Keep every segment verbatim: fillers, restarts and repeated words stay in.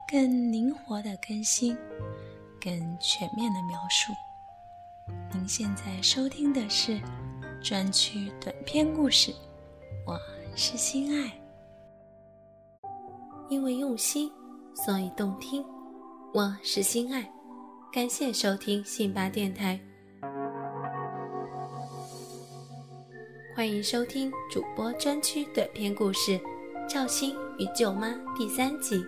更灵活的更新，更全面的描述。您现在收听的是专区短篇故事，我是心爱。 因为用心，所以动听。我是心爱，感谢收听信巴电台。欢迎收听主播专区短篇故事《赵鑫与舅妈》第三集。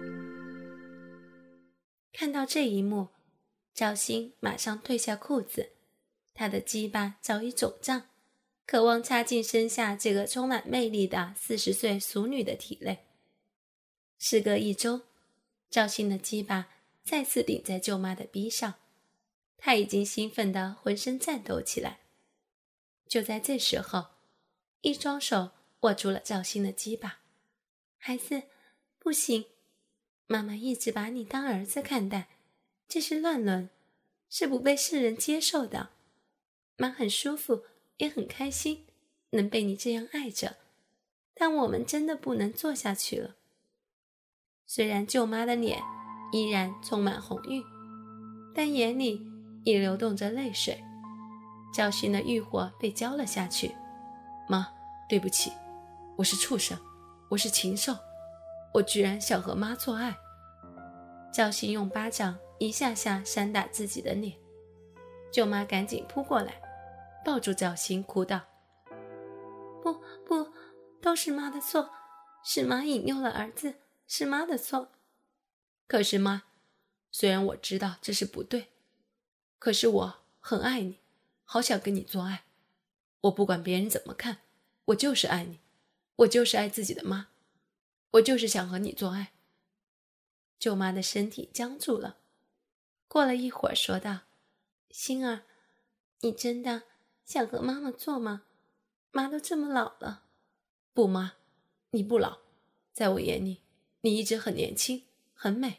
看到这一幕，赵鑫马上褪下裤子，他的鸡巴早已肿胀，渴望插进身下这个充满魅力的四十岁俗女的体内。时隔一周，赵鑫的鸡巴再次顶在舅妈的逼上，他已经兴奋得浑身颤抖起来。就在这时候，一双手握住了赵鑫的鸡巴。孩子，不行，妈妈一直把你当儿子看待，这是乱伦，是不被世人接受的。妈很舒服，也很开心，能被你这样爱着，但我们真的不能做下去了。虽然舅妈的脸依然充满红晕，但眼里已流动着泪水。赵鑫的欲火被浇了下去。妈，对不起，我是畜生，我是禽兽，我居然想和妈做爱。赵鑫用巴掌一下下扇打自己的脸。舅妈赶紧扑过来，抱住赵鑫，哭道：不不，都是妈的错，是妈引诱了儿子，是妈的错。可是妈，虽然我知道这是不对，可是我很爱你，好想跟你做爱。我不管别人怎么看，我就是爱你，我就是爱自己的妈，我就是想和你做爱。舅妈的身体僵住了，过了一会儿说道：星儿，你真的想和妈妈做吗？妈都这么老了。不，妈，你不老，在我眼里你一直很年轻，很美。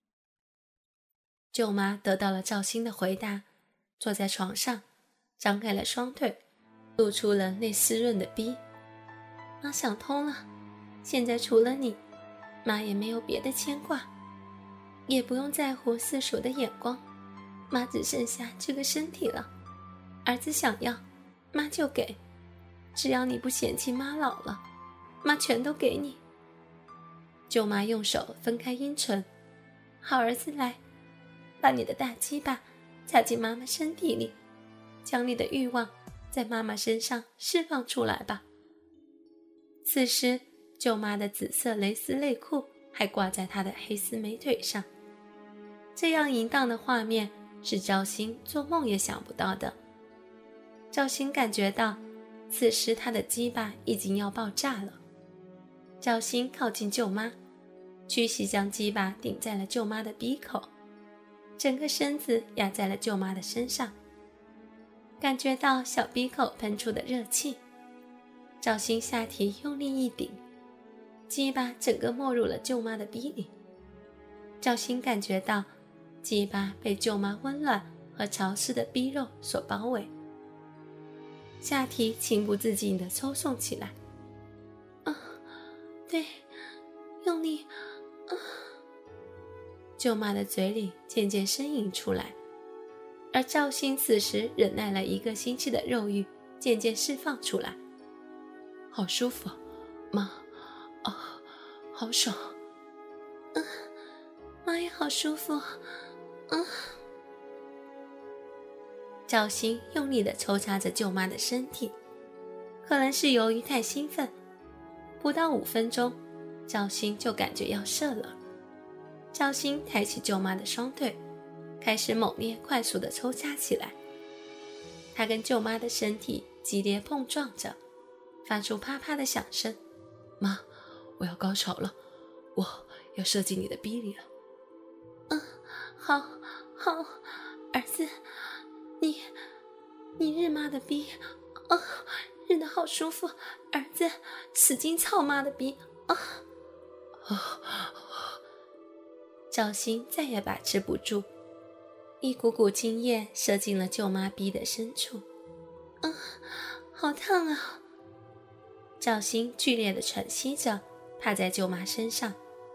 舅妈得到了赵鑫的回答，坐在床上，张开了双腿，露出了那湿润的逼。妈想通了，现在除了你，妈也没有别的牵挂，也不用在乎世俗的眼光，妈只剩下这个身体了。儿子想要，妈就给，只要你不嫌弃妈老了，妈全都给你。舅妈用手分开阴唇，好儿子，来，把你的大鸡巴插进妈妈身体里，将你的欲望在妈妈身上释放出来吧。此时舅妈的紫色蕾丝内裤还挂在她的黑丝美腿上，这样淫荡的画面是赵鑫做梦也想不到的。赵鑫感觉到此时他的鸡巴已经要爆炸了。赵鑫靠近舅妈，屈膝将鸡巴顶在了舅妈的鼻口，整个身子压在了舅妈的身上，感觉到小鼻口喷出的热气。赵鑫下体用力一顶，鸡巴整个没入了舅妈的鼻里。赵鑫感觉到鸡巴被舅妈温暖和潮湿的逼肉所包围，下体情不自禁地抽送起来。啊，对，用力啊！舅妈的嘴里渐渐呻吟出来，而赵鑫此时忍耐了一个星期的肉欲渐渐释放出来。好舒服，妈，啊，好爽。嗯，妈也好舒服。嗯。赵鑫用力地抽插着舅妈的身体，可能是由于太兴奋，不到五分钟，赵鑫就感觉要射了。赵鑫抬起舅妈的双腿，开始猛烈快速地抽插起来。他跟舅妈的身体激烈碰撞着，发出啪啪的响声。妈，我要高潮了，我要射进你的逼里了。嗯，好，好，儿子，你，你日妈的逼，啊，日得好舒服，儿子，使劲操妈的逼，啊！啊！赵鑫再也把持不住，一股股精液射进了舅妈逼的深处。啊，好烫啊！赵鑫剧烈地喘息着，趴在舅妈身上。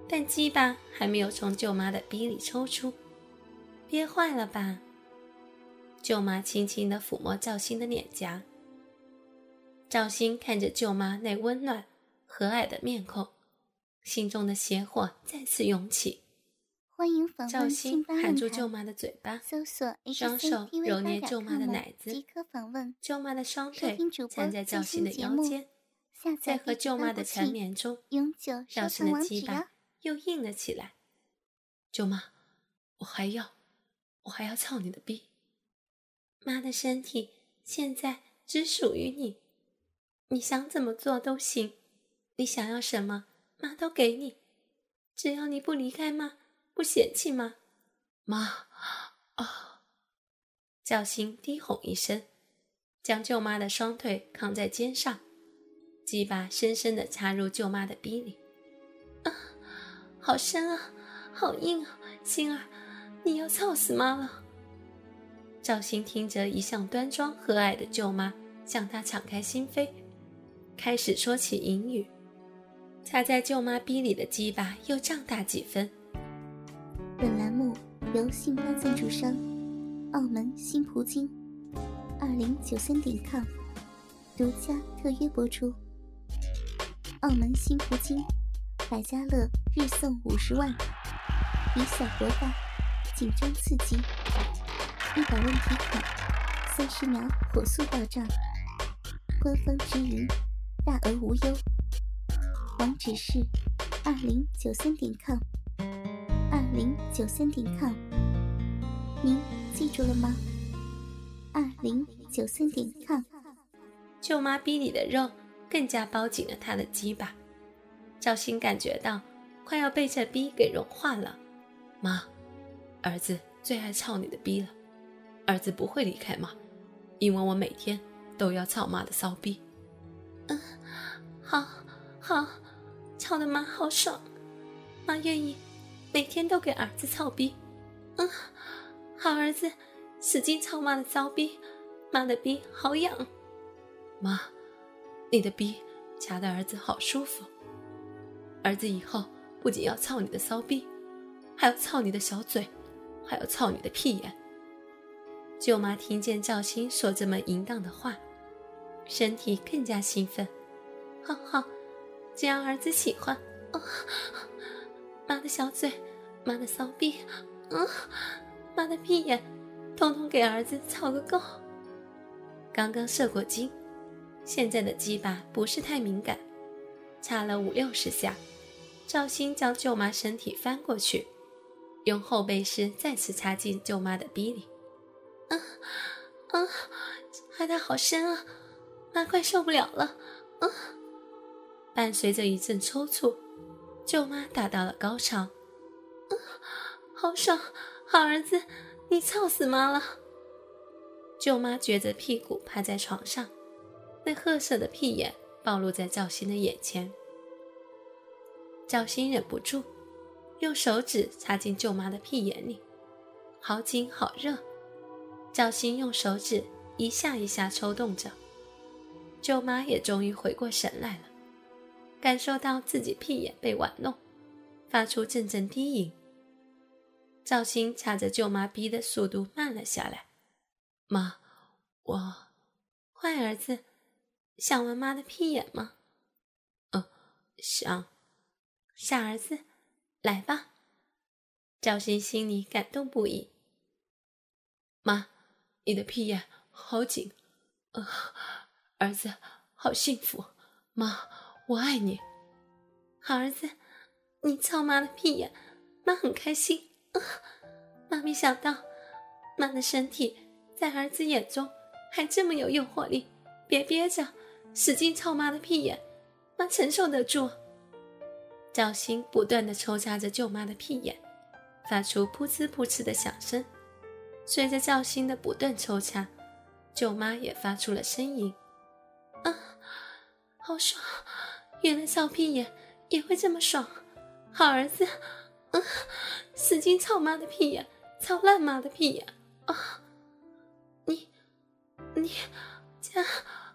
但鸡巴还没有从舅妈的逼里抽出。憋坏了吧？舅妈轻轻地抚摸赵鑫的脸颊。赵鑫看着舅妈那温暖和蔼的面孔，心中的邪火再次涌起。 欢迎访赵鑫问信发含论坛， 住舅妈的嘴巴， 搜索双手揉捏舅妈的奶子， 即可访问。 舅妈的双收腿听主播缠在赵最鑫的新节目， 腰间， 下载在和舅妈的缠绵中， 永久收赵鑫的藏网址鸡巴又硬了起来。舅妈，我还要，我还要操你的逼。妈的身体现在只属于你，你想怎么做都行，你想要什么，妈都给你，只要你不离开妈，不嫌弃妈。妈啊！赵鑫低吼一声，将舅妈的双腿扛在肩上，鸡巴深深地插入舅妈的逼里。啊，好深啊，好硬啊，鑫儿，你要操死妈了。赵鑫听着一向端庄和蔼的舅妈向他敞开心扉，开始说起淫语。插在舅妈逼里的鸡巴又胀大几分。 本栏目由信发赞助商澳门新葡京二零九三点 com 独家特约播出。澳门新葡京百家乐日送五十万，以小博大，紧张刺激，一百万提款，三十秒火速到账，官方直营，大额无忧。网址是二零九三点 com， 二零九三点 com， 您记住了吗？二零九三点 com。 舅妈逼里的肉更加包紧了他的鸡巴，赵鑫感觉到快要被这逼给融化了。妈，儿子最爱操你的逼了，儿子不会离开妈，因为我每天都要操妈的骚逼。嗯，好，好，操的妈好爽，妈愿意每天都给儿子操逼。嗯，好儿子，使劲操妈的骚逼，妈的逼好痒。妈，你的逼夹的儿子好舒服，儿子以后不仅要操你的骚逼，还要操你的小嘴，还要操你的屁眼。舅妈听见赵鑫说这么淫荡的话，身体更加兴奋。好好，只要儿子喜欢。哦，妈的小嘴，妈的骚逼，嗯，妈的屁眼，统统给儿子操个够。刚刚射过精，现在的鸡巴不是太敏感，插了五六十下，赵鑫将舅妈身体翻过去，用后背式再次插进舅妈的逼里。啊啊，插得好深啊，妈快受不了了。啊！伴随着一阵抽搐，舅妈达到了高潮。啊，好爽，好儿子，你操死妈了。舅妈撅着屁股趴在床上，那褐色的屁眼暴露在赵鑫的眼前。赵鑫忍不住用手指插进舅妈的屁眼里，好紧好热。赵鑫用手指一下一下抽动着，舅妈也终于回过神来了，感受到自己屁眼被玩弄，发出阵阵低吟。赵鑫插着舅妈逼的速度慢了下来。妈，我……坏儿子，想玩妈的屁眼吗？嗯，想。傻儿子，来吧。赵鑫心里感动不已。妈，你的屁眼好紧，呃，儿子好幸福，妈，我爱你。好儿子，你操妈的屁眼，妈很开心。呃、妈没想到，妈的身体在儿子眼中还这么有诱惑力，别憋着，使劲操妈的屁眼，妈承受得住。赵鑫不断地抽插着舅妈的屁眼，发出噗呲噗呲的响声。随着赵鑫的不断抽插，舅妈也发出了呻吟。啊，好爽，原来操屁眼也会这么爽。好儿子，啊，使劲操妈的屁眼，操烂妈的屁眼。啊，你你这……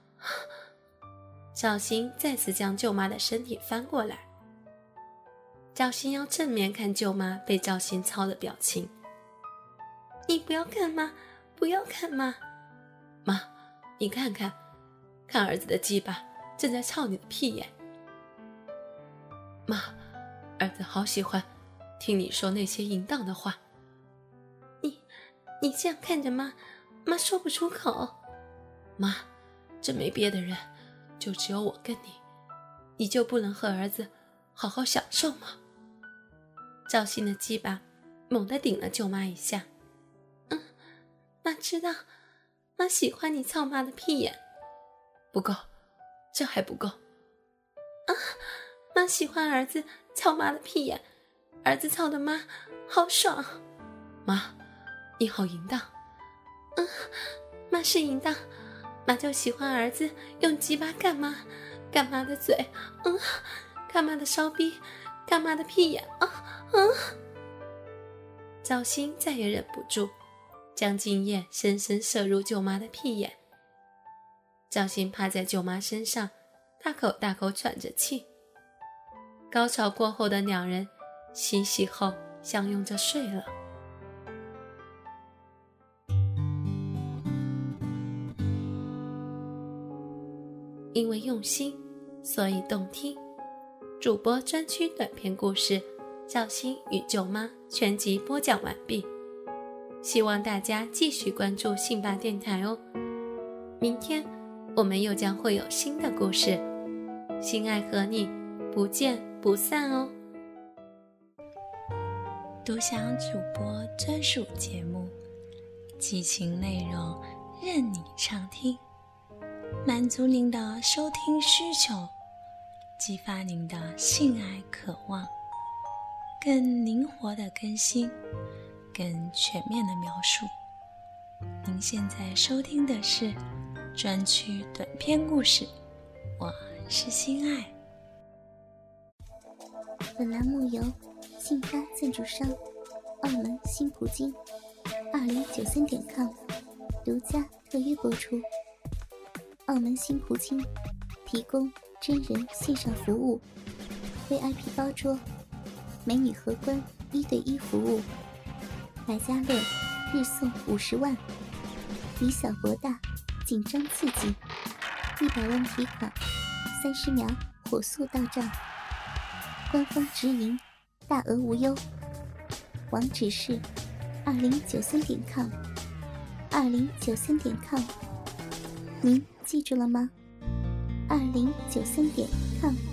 赵鑫再次将舅妈的身体翻过来。 赵鑫要正面看舅妈被赵鑫操的表情。你不要看妈，不要看妈。妈，你看看，看儿子的鸡巴正在操你的屁眼。妈，儿子好喜欢听你说那些淫荡的话。你你这样看着妈，妈说不出口。妈，这没别的人，就只有我跟你，你就不能和儿子好好享受吗？赵鑫的鸡巴猛地顶了舅妈一下。嗯，妈知道，妈喜欢你操妈的屁眼。不够，这还不够。啊，妈喜欢儿子操妈的屁眼，儿子操的妈好爽。妈，你好淫荡。嗯，妈是淫荡，妈就喜欢儿子用鸡巴干妈，干妈的嘴，嗯，干妈的烧逼，干妈的屁眼啊啊！赵鑫再也忍不住，将精液深深射入舅妈的屁眼。赵鑫趴在舅妈身上，大口大口喘着气。高潮过后的两人洗洗后相拥着睡了。因为用心，所以动听。主播专区短篇故事《赵鑫与舅妈》全集播讲完毕，希望大家继续关注信吧电台哦。明天我们又将会有新的故事，心爱和你不见不散哦。 独享主播专属节目，激情内容任你畅听，满足您的收听需求，激发您的性爱渴望，更灵活的更新，更全面的描述。您现在收听的是专区短篇故事，我是心爱。 本栏目由信吧赞助商澳门新葡京二零九三点 com 独家特约播出。澳门新葡京提供真人线上服务， V I P 包桌，美女荷官一对一服务，百家乐日送五十万，以小博大，紧张刺激，一百万提款，三十秒火速到账，官方直营，大额无忧。网址是二零九三点 com， 二零九三点 com， 您记住了吗？二零九三点 com。